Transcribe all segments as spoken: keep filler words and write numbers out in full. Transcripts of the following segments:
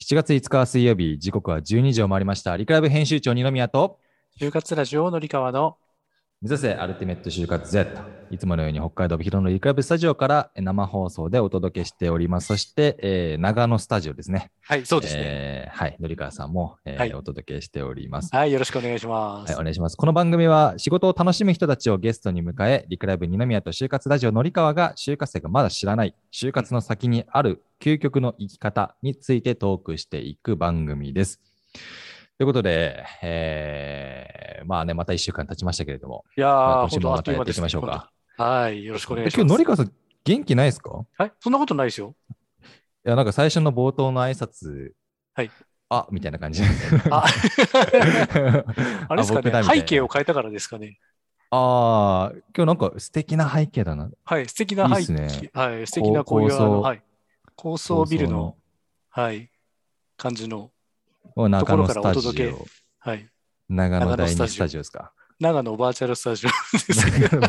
しちがついつか水曜日、時刻はじゅうにじを回りました。リクライブ編集長二宮と、 就活ラジオのりかわの目指せアルティメット就活 Z。いつものように北海道帯広のリクライブスタジオから生放送でお届けしております。そして、えー、長野スタジオですね。 はい、そうですね。 えー、はい、のりかわさんも、えーはい、お届けしております。 はい、よろしくお願いします。 はい、お願いします。この番組は仕事を楽しむ人たちをゲストに迎え、リクライブ二宮と就活ラジオのりかわが就活生がまだ知らない就活の先にある究極の生き方についてトークしていく番組です。ということで、えー、まあね、またいっしゅうかん経ちましたけれども、 いやー、 まあ、今週もまたやっていきましょうか。 はい、よろしくお願いします。 今日、のりかわさん、元気ないですか？ はい、そんなことないですよ。 いや、なんか最初の冒頭の挨拶、 はい。 あ、みたいな感じ。 あ、あれですかね、背景を変えたからですかね。 ああ、今日なんか素敵な背景だな。 はい、素敵な背景。いいですね。はい、素敵なこういう、あの、はい、高層ビルの、はい、感じのところからお届け。はい。 長野第二スタジオですか。 長野バーチャルスタジオですけど。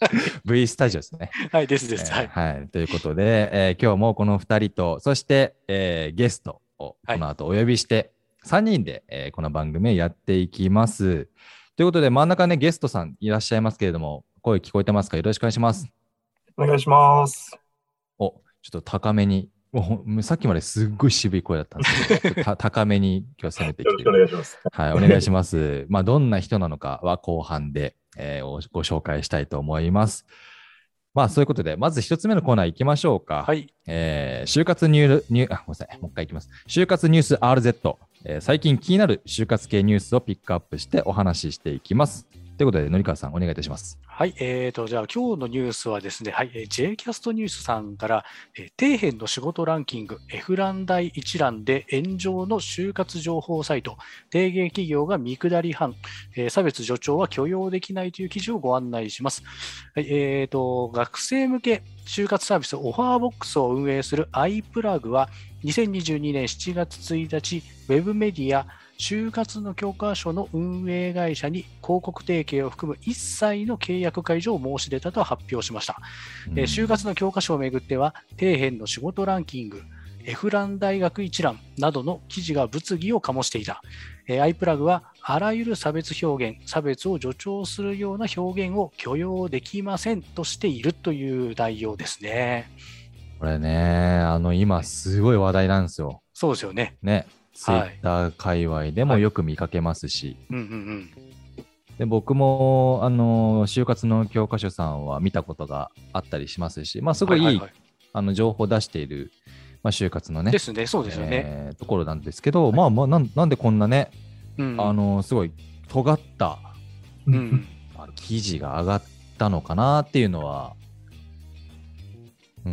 V スタジオですね。 はい、ですです。 えー、はい、はい。ということで、えー、今日もこのふたりと、そして、えー、ゲストをこの後お呼びして、はい、さんにんで、えー、この番組をやっていきます。ということで、真ん中ね、ゲストさんいらっしゃいますけれども、声聞こえてますか？よろしくお願いします。 お願いします。 お、ちょっと高めに。もうさっきまですっごい渋い声だったんですけど、高めに今日攻めてきて。 よろしくお願いします。 はい、お願いします。まあ、どんな人なのかは後半で、えー、ご紹介したいと思います。まあ、そういうことで、まず一つ目のコーナー行きましょうか。 はい。 えー、就活ニュー、ニュー、あ、ごめんなさい。もう一回行きます。就活ニュース アールゼット、えー。最近気になる就活系ニュースをピックアップしてお話ししていきます。ということで、のりかわさん、お願いいたします。 はい、えーと、じゃあ今日のニュースはですね、はい、ジェイキャスト ニュースさんから、えー、底辺の仕事ランキング、F 欄第一覧で炎上の就活情報サイト、提言企業が見下り犯、えー、差別助長は許容できないという記事をご案内します。はい、えーと、学生向け就活サービスオファーボックスを運営する アイプラグ は、にせんにじゅうにねんしちがつついたち、ウェブメディア、就活の教科書の運営会社に広告提携を含む一切の契約解除を申し出たと発表しました。うん、就活の教科書をめぐっては、底辺の仕事ランキング、F 欄大学一覧などの記事が物議を醸していた。アイプラグ はあらゆる差別表現、差別を助長するような表現を許容できませんとしているという内容ですね。 これね、あの今すごい話題なんですよ。 そうですよね。 ね。ツイッター界隈でもよく見かけますし、で僕もあの就活の教科書さんは見たことがあったりしますし、まあ、すごいいい、はいはいはい、あの情報を出している、まあ、就活のね、 ですね、そうですよね、 えー、ところなんですけど、はい、まあまあな ん, なんでこんなね、うん、あのすごい尖った、うん、記事が上がったのかなっていうのは、 うん。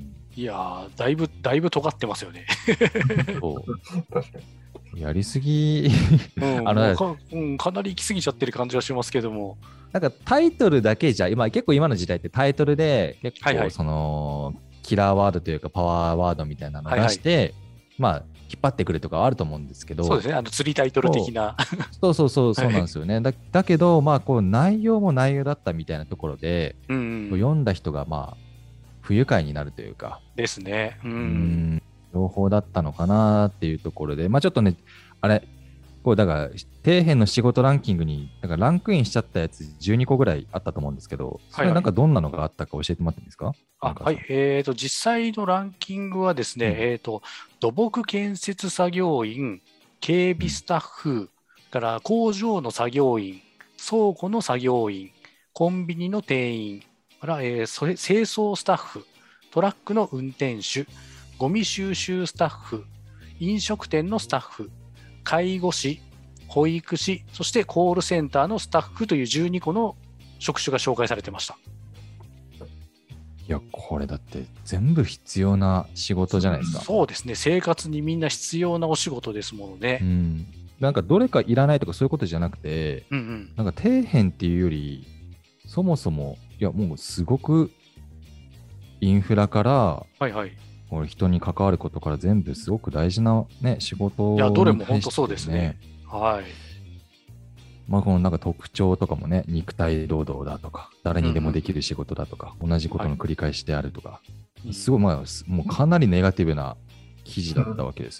いやー、だいぶ、だいぶ尖ってますよね。 そう確かに。やりすぎ、 うん、あのか、うん、かなり行き過ぎちゃってる感じはしますけども。 なんかタイトルだけじゃ、今結構今の時代ってタイトルで結構その、はいはい、キラーワードというかパワーワードみたいなのを出して、はいはい、まあ引っ張ってくるとかはあると思うんですけど。 そうですね、あの釣りタイトル的な。 そうそうそうそうなんですよね。はい、だ, だけど、まあこう内容も内容だったみたいなところで、うんうん、読んだ人がまあ、不愉快になるというかですね、うん、 うん情報だったのかなっていうところで、まあちょっとね、あれこうだから底辺の仕事ランキングにだからランクインしちゃったやつじゅうにこぐらいあったと思うんですけど、それなんかどんなのがあったか教えてもらっていいですか？ あはい、えーと実際のランキングはですね、うん、えーと土木建設作業員、警備スタッフ、うん、から工場の作業員、倉庫の作業員、コンビニの店員から、えー、それ清掃スタッフ、トラックの運転手、ゴミ収集スタッフ、飲食店のスタッフ、介護士、保育士、そしてコールセンターのスタッフというじゅうにこの職種が紹介されてました。 いや、これだって全部必要な仕事じゃないですか。 そうですね、生活にみんな必要なお仕事ですものね。 うん、なんかどれかいらないとかそういうことじゃなくて、うんうん、なんか底辺っていうより、そもそもいやもうすごくインフラから、はいはい、これ人に関わることから全部すごく大事な、ね、仕事に対して、ね、いやどれも本当そうですね。 はい。 まあこのなんか特徴とかもね、肉体労働だとか、誰にでもできる仕事だとか、うんうん、同じことの繰り返しであるとか、はい、すごいまあもうかなりネガティブな記事だったわけですよ。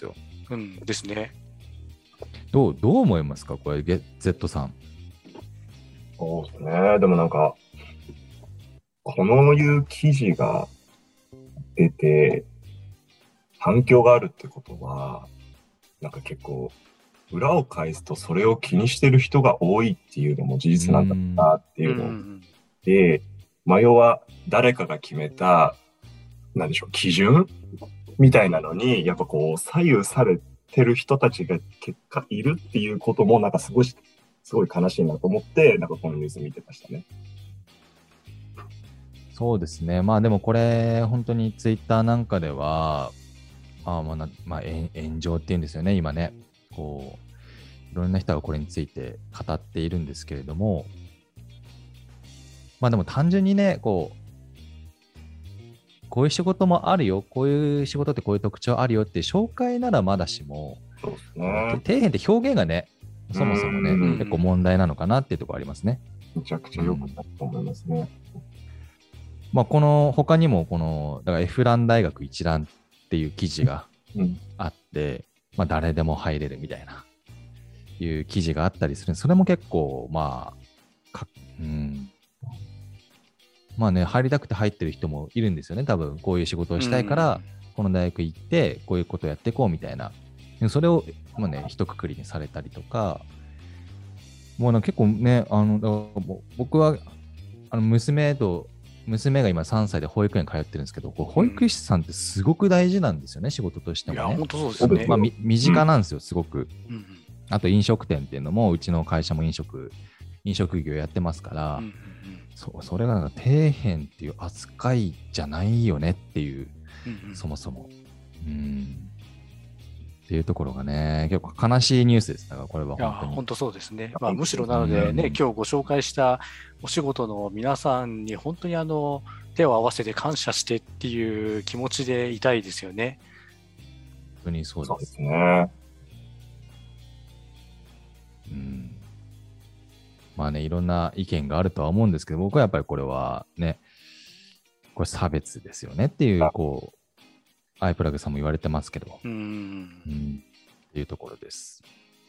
うんですね。 どう、どう思いますかこれ、ゲ Z さん。 そうですね。でもなんか、このいう記事が出て、反響があるってことは、なんか結構、裏を返すとそれを気にしてる人が多いっていうのも事実なんだなっていうので、まあ、要は誰かが決めた、なんでしょう、基準みたいなのに、やっぱこう、左右されてる人たちが結果いるっていうことも、なんかすごい、すごい悲しいなと思って、なんかこのニュース見てましたね。 そうですね。まあでもこれ、本当にツイッターなんかでは、まあまあな、まあ、炎炎上っていうんですよね、今ね。こう、いろんな人がこれについて語っているんですけれども、まあでも単純にね、こう、こういう仕事もあるよ、こういう仕事ってこういう特徴あるよって紹介ならまだしも、 そうですね。 底辺って表現がね、そもそもね、結構問題なのかなっていうところありますね。 めちゃくちゃ良くなると思いますね。 うん、まあこの他にもこのだからエフラン大学一覧っていう記事があって、うん、まあ誰でも入れるみたいないう記事があったりする。それも結構まあか、うん、まあね入りたくて入ってる人もいるんですよね。多分こういう仕事をしたいから、この大学行ってこういうことをやっていこうみたいな。それをまあね一括りにされたりとか、もう結構ねあの僕はあの娘と娘が今さんさいで保育園通ってるんですけど、こう保育士さんってすごく大事なんですよね、うん、仕事としてもね。 いや、本当そうですね。 まあ、身近なんですよ、すごく、 うん。 あと飲食店っていうのも、うちの会社も飲食、飲食業やってますから、うんうんうん、そ, それがなんか底辺っていう扱いじゃないよねっていう、うんうん、そもそも。うんっていうところがね、結構悲しいニュースです。だからこれは本当に。 いや、本当そうですね。まあ、むしろなのでね、うん、今日ご紹介したお仕事の皆さんに本当にあの手を合わせて感謝してっていう気持ちでいたいですよね。 本当にそうです。 そうですね。 うん。まあね、いろんな意見があるとは思うんですけど、僕はやっぱりこれはね、これ差別ですよねっていう、こう、アイプラグさんも言われてますけど、 うん、 うん、っていうところです。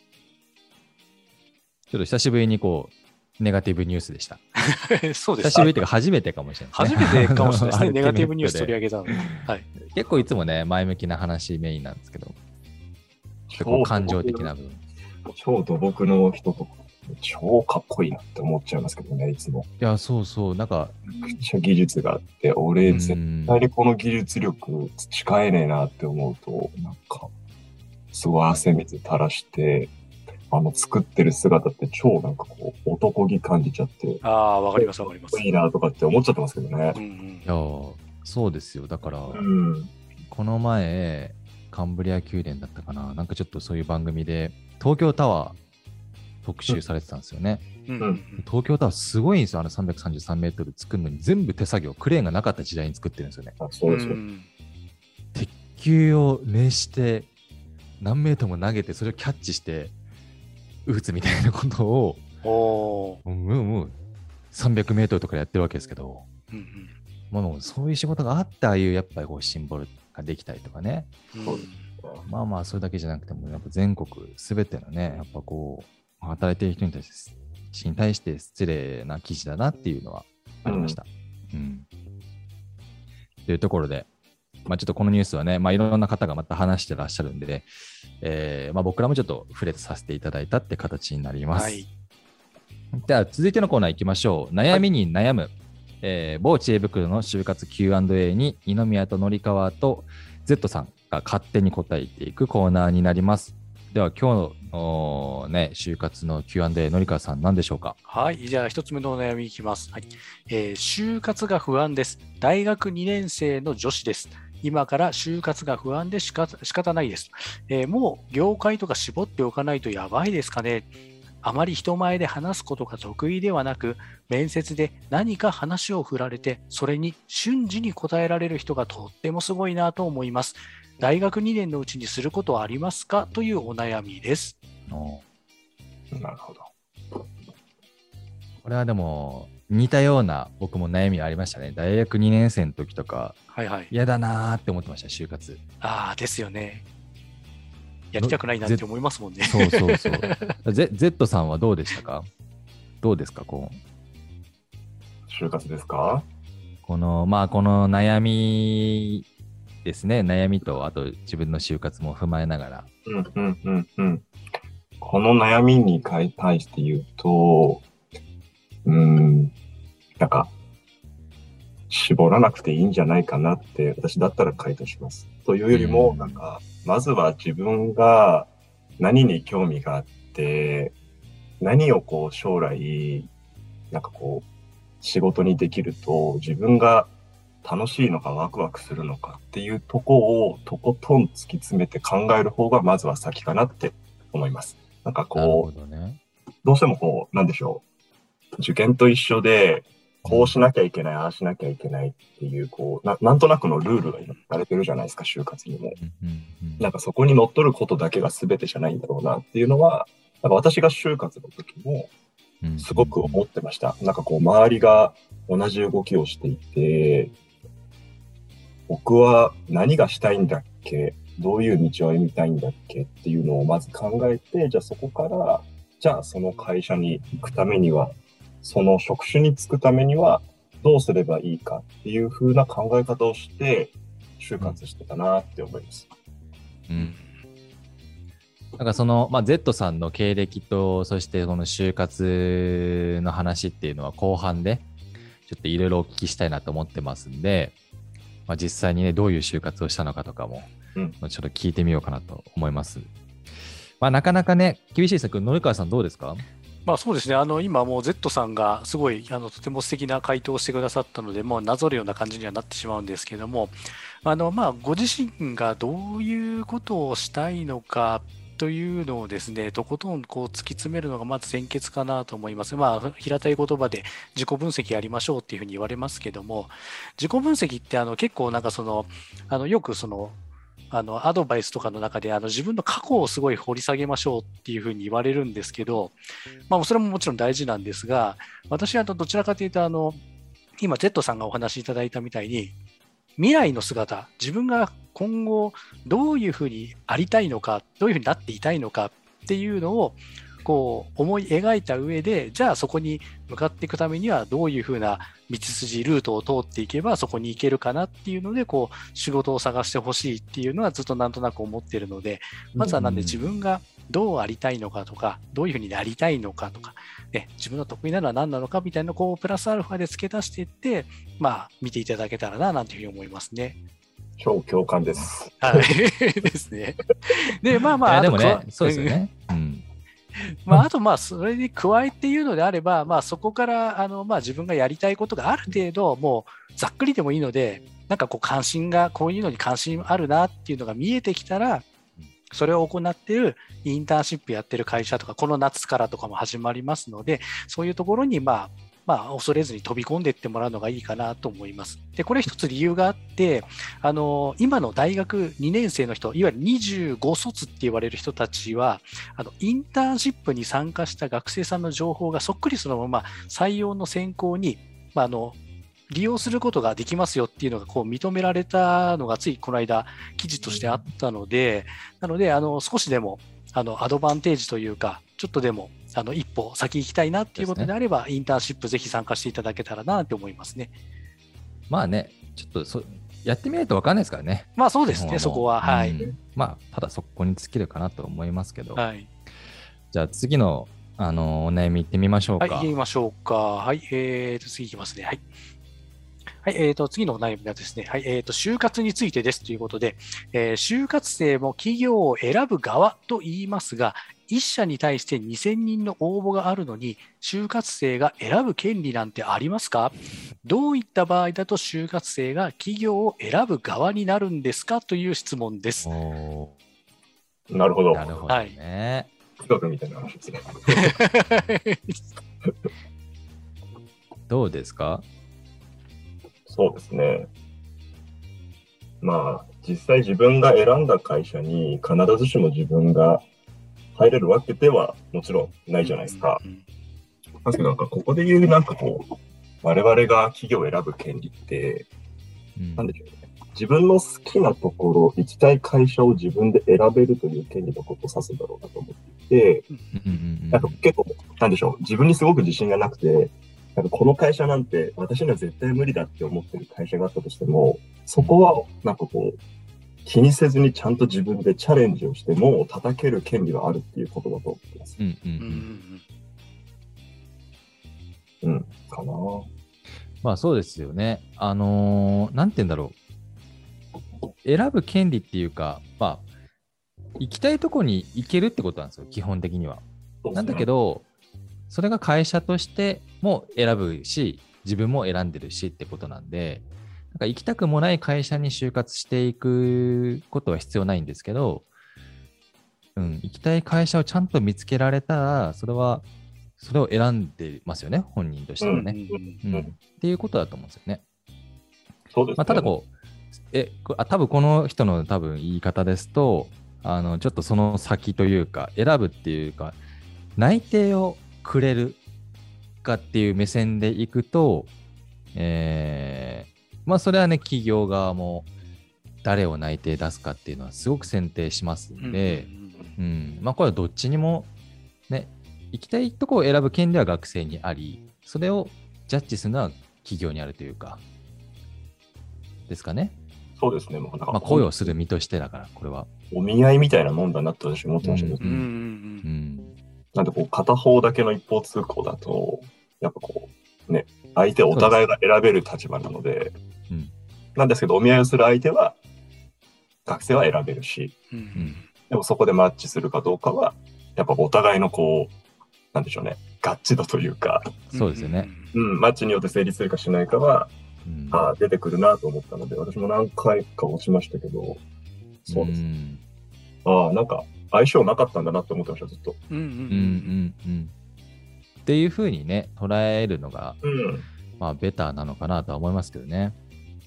ちょっと久しぶりにこう、ネガティブニュースでした。 そうです。 久しぶりというか初めてかもしれない、 ね。初めてかもしれないですね。ネガティブニュース取り上げたので。はい、 結構いつもね、前向きな話メインなんですけど、結構感情的な部分。 超土木の人とか、超かっこいいなって思っちゃいますけどね、いつも。 いや、そうそう、なんか。 めちゃくちゃ技術があって、俺、絶対にこの技術力培えねえなって思うと、なんか、すごい汗水垂らして、あの、作ってる姿って超なんかこう、男気感じちゃって。 ああ、わかりますわかります。 いいなとかって思っちゃってますけどね。 うんうん、いや、そうですよ。だから、 うん、 この前、カンブリア宮殿だったかな、なんかちょっとそういう番組で、東京タワー特集されてたんですよね。 うんうん、 東京タワーすごいんですよ。あのさんびゃくさんじゅうさんメートル作るのに全部手作業、クレーンがなかった時代に作ってるんですよね。 あ、そうですよ。 鉄球を熱して何メートルも投げてそれをキャッチして打つみたいなことをおもうもうさんびゃくメートルとかやってるわけですけど、うんうん、もうそういう仕事があってああいうやっぱりこうシンボルができたりとかね、うん、まあまあそれだけじゃなくてもやっぱ全国すべてのねやっぱこう働いている人に対してに対して失礼な記事だなっていうのはありました。うん。うん、というところで、まあ、ちょっとこのニュースはね、まあ、いろんな方がまた話してらっしゃるんで、えーまあ、僕らもちょっと触れさせていただいたって形になります。はい、では続いてのコーナー行きましょう。悩みに悩む、はい、えー、某知恵袋の就活 キューアンドエー に二宮と紀川と Z さんが勝手に答えていくコーナーになります。では今日の、ね、就活の キューアンドエー、紀川さん何でしょうか。 はい、じゃあ一つ目のお悩みいきます。はい、えー、就活が不安です。大学にねん生の女子です。今から就活が不安で仕方、仕方ないです、えー。もう業界とか絞っておかないとやばいですかね。あまり人前で話すことが得意ではなく、面接で何か話を振られて、それに瞬時に答えられる人がとってもすごいなと思います。大学にねんのうちにすることはありますかというお悩みです。 なるほど。 これはでも似たような僕も悩みありましたね。大学にねん生の時とか、 はいはい、 嫌だなーって思ってました、就活。 ああ、ですよね。 やりたくないなって思いますもんね。 そうそうそう。Z, Z さんはどうでしたか？どうですかこう就活ですか？ この、まあ、この悩みですね。悩みと、あと自分の就活も踏まえながら。 うんうんうんうん。この悩みに対して言うと、うーん、なんか、絞らなくていいんじゃないかなって私だったら回答します。というよりも、なんか、まずは自分が何に興味があって、何をこう将来、なんかこう、仕事にできると自分が楽しいのかワクワクするのかっていうとこをとことん突き詰めて考える方がまずは先かなって思います。なんかこう、 どね、 どうしてもこう、なんでしょう。受験と一緒で、こうしなきゃいけない、ああしなきゃいけないっていう、こう、な, なんとなくのルールが今されてるじゃないですか、就活にも。 うんうんうん、 なんかそこに乗っ取ることだけが全てじゃないんだろうなっていうのは、なんか私が就活の時も、すごく思ってました。うんうんうん、なんかこう、周りが同じ動きをしていて、僕は何がしたいんだっけ？どういう道を歩みたいんだっけっていうのをまず考えて、じゃあそこから、じゃあその会社に行くためには、その職種に就くためにはどうすればいいかっていう風な考え方をして、就活してたなって思います。 うん。なんかその、まあ、Z さんの経歴と、そしてその就活の話っていうのは後半で、ちょっといろいろお聞きしたいなと思ってますんで、まあ、実際にね、どういう就活をしたのかとかも、うん、ちょっと聞いてみようかなと思います。まあ、なかなかね、厳しいですけど、紀川さんどうですか？ まあそうですね、あの今もう Z さんがすごいあのとても素敵な回答をしてくださったので、もうなぞるような感じにはなってしまうんですけども、あのまあご自身がどういうことをしたいのかというのをですね、とことんこう突き詰めるのがまず先決かなと思います。まあ平たい言葉で自己分析やりましょうっていうふうに言われますけども、自己分析ってあの結構なんかその、あのよくその、あのアドバイスとかの中であの自分の過去をすごい掘り下げましょうっていうふうに言われるんですけど、まあ、それももちろん大事なんですが、私はどちらかというとあの今 Z さんがお話しいただいたみたいに未来の姿、自分が今後どういうふうにありたいのか、どういうふうになっていたいのかっていうのをこう思い描いた上で、じゃあそこに向かっていくためにはどういうふうな道筋ルートを通っていけばそこに行けるかなっていうので、こう仕事を探してほしいっていうのはずっとなんとなく思っているので、まずはなんで自分がどうありたいのかとか、どういうふうになりたいのかとか、ね、自分の得意なのは何なのかみたいなこうプラスアルファで付け足していって、まあ見ていただけたらななんていうふうに思いますね。 超共感です。 はいですね。でまあまあでもね、そうですよね。うんまあ、あと、まあ、それに加えて言うのであれば、まあ、そこから、あの、まあ、自分がやりたいことがある程度、もう、ざっくりでもいいので、なんかこう、関心が、こういうのに関心あるなっていうのが見えてきたら、それを行っているインターンシップやってる会社とか、この夏からとかも始まりますので、そういうところに、まあ、まあ、恐れずに飛び込んでいってもらうのがいいかなと思います。で、これ一つ理由があって、あの、今の大学にねん生の人、いわゆるにじゅうご卒って言われる人たちは、あの、インターンシップに参加した学生さんの情報がそっくりそのまま採用の選考に、まあ、あの、利用することができますよっていうのがこう認められたのがついこの間記事としてあったので、なので、あの、少しでも、あの、アドバンテージというか、ちょっとでも、あの一歩先行きたいなっていうことであれば、ね、インターンシップぜひ参加していただけたらなって思いますね。 まあね、ちょっとそやってみないと分かんないですからね。 まあそうですね、そこは。はい、うん。 まあ、ただそこに尽きるかなと思いますけど。 はい。 じゃあ次の、あのお悩みいってみましょうか。 はい、行きましょうか。はい、えーと、次いきますね。はい。はい、えーと、次のお悩みはですね、はい、えーと、就活についてですということで、えー、就活生も企業を選ぶ側と言いますが、いっ社に対してにせんにんの応募があるのに、就活生が選ぶ権利なんてありますか？どういった場合だと就活生が企業を選ぶ側になるんですかという質問です。 なるほど。 なるほどね。 企画みたいな話ですね。 どうですか？ そうですね。まあ、実際自分が選んだ会社に必ずしも自分が入れるわけではもちろんないじゃないですか。うんうん、確かなんかここで言うなんかこう、我々が企業を選ぶ権利って、うん、なんでしょうね。 自分の好きなところ、行きたい会社を自分で選べるという権利のことを指すんだろうなと思っていて、なんか結構、なんでしょう、自分にすごく自信がなくて、なんかこの会社なんて私には絶対無理だって思ってる会社があったとしても、そこはなんかこう、気にせずにちゃんと自分でチャレンジをしても叩ける権利があるっていうことだと思ってます。うんうんうん。うん、かな。 まあそうですよね。あのー、なんて言うんだろう。選ぶ権利っていうか、まあ、行きたいとこに行けるってことなんですよ、基本的には。なんだけど、それが会社としても選ぶし、自分も選んでるしってことなんで、なんか行きたくもない会社に就活していくことは必要ないんですけど、うん、行きたい会社をちゃんと見つけられたら、それは、それを選んでますよね、本人としてはね。うんうんうん、っていうことだと思うんですよね。 そうですね。 まあ、ただこう、えあ多分この人の多分言い方ですと、あのちょっとその先というか、選ぶっていうか、内定をくれるかっていう目線でいくと、えー、まあそれはね、企業側も誰を内定出すかっていうのはすごく選定しますんで、うん、まあこれはどっちにもね、行きたいとこを選ぶ権利は学生にあり、それをジャッジするのは企業にあるというか、ですかね。 そうですね。まあ、 まあ、雇用する身としてだから、これは。 お見合いみたいなもんだなって私思ってましたけど、うんうんうん、なんでこう片方だけの一方通行だと、やっぱこうね、相手をお互いが選べる立場なので、うん、なんですけど、お見合いをする相手は学生は選べるし、うん、でもそこでマッチするかどうかは、やっぱお互いのこう、なんでしょうね、合致度というか、 そうですよね。 うん、マッチによって成立するかしないかは、うん、あ出てくるなと思ったので、私も何回か落ちましたけど、そうです。うん、ああ、なんか相性なかったんだなって思ってました、ずっと。うんうんうんうん。っていうふうにね、捉えるのが、うん、まあ、ベターなのかなとは思いますけどね。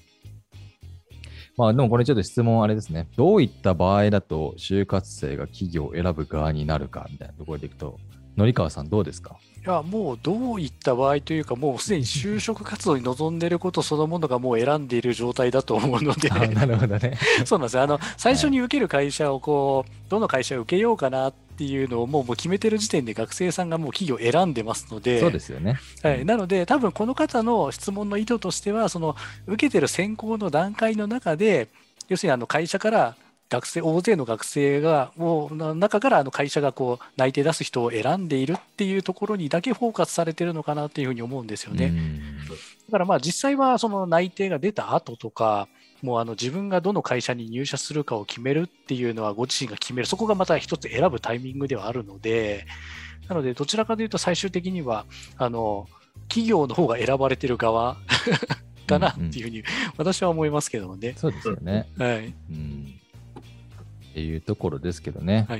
まあ、でもこれちょっと質問あれですね。どういった場合だと、就活生が企業を選ぶ側になるかみたいなところでいくと、紀川さんどうですか？ いや、もうどういった場合というか、もうすでに就職活動に臨んでいることそのものがもう選んでいる状態だと思うのでなるほどね。 そうなんですよ。あの、最初に受ける会社をこう、どの会社を受けようかなっていうのをもう決めてる時点で学生さんがもう企業を選んでますので、 そうですよね。 はい。なので、多分この方の質問の意図としては、その、受けてる選考の段階の中で、要するにあの会社から学生大勢の学生がもう中からあの会社がこう内定出す人を選んでいるっていうところにだけフォーカスされてるのかなっていうふうに思うんですよね。だからまあ実際はその内定が出た後とかもうあの自分がどの会社に入社するかを決めるっていうのはご自身が決める、そこがまた一つ選ぶタイミングではあるので、なのでどちらかというと最終的にはあの企業の方が選ばれてる側かなっていうふうに私は思いますけどもね。 そうですよね。 はい。 うんっていうところですけどね。 はい、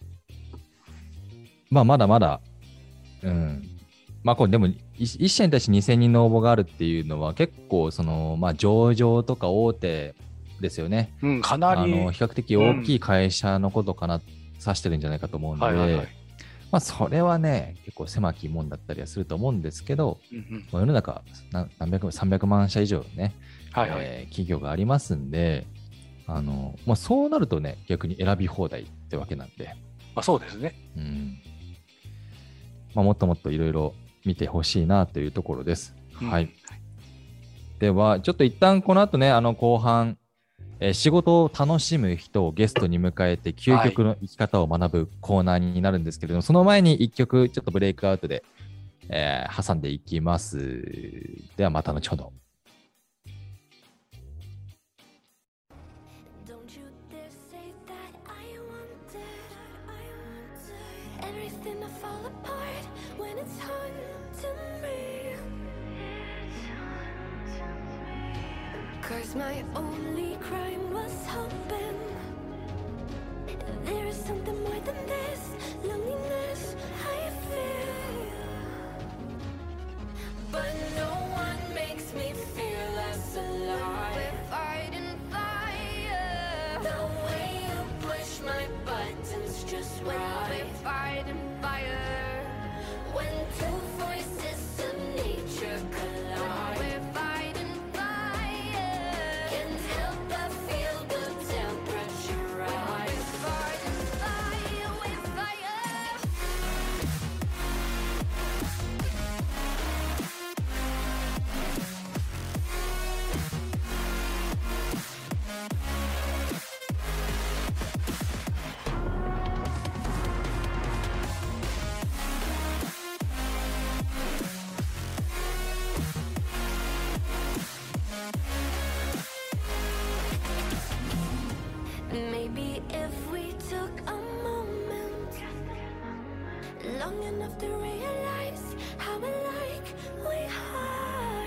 まあまだまだ、うん。まあこれでも一社に対してにせんにんの応募があるっていうのは結構そのまあ上場とか大手ですよね。 うん、かなりあの比較的大きい会社のことかな、うん、指してるんじゃないかと思うので、はいはいはい、まあそれはね結構狭き門だったりはすると思うんですけど、うんうん、世の中何百さんびゃくまん社以上ね、はいはいえー、企業がありますんで。あのまあ、そうなるとね、逆に選び放題ってわけなんで。 まあ、そうですね。 うんまあ、もっともっといろいろ見てほしいなというところです。うん、はい。では、ちょっと一旦この後ね、あの後半、えー、仕事を楽しむ人をゲストに迎えて、究極の生き方を学ぶコーナーになるんですけれども、はい、その前に一曲、ちょっとブレイクアウトで、えー、挟んでいきます。では、また後ほど。 Cause my only crime was hoping there is something more than this loneliness I feel, but no one makes me feel less alive. We're fighting fire. The way you push my buttons just right. We're fighting fire. When two voices of nature collide. We're fighting fire. Can't help but long enough to realize how alike we are.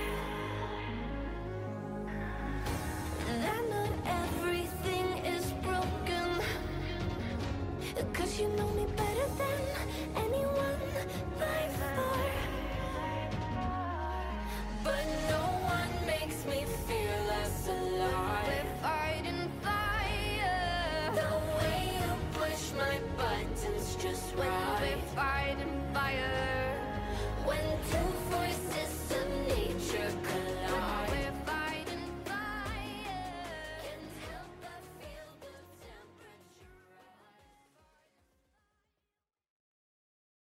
That not everything is broken, 'cause you know me better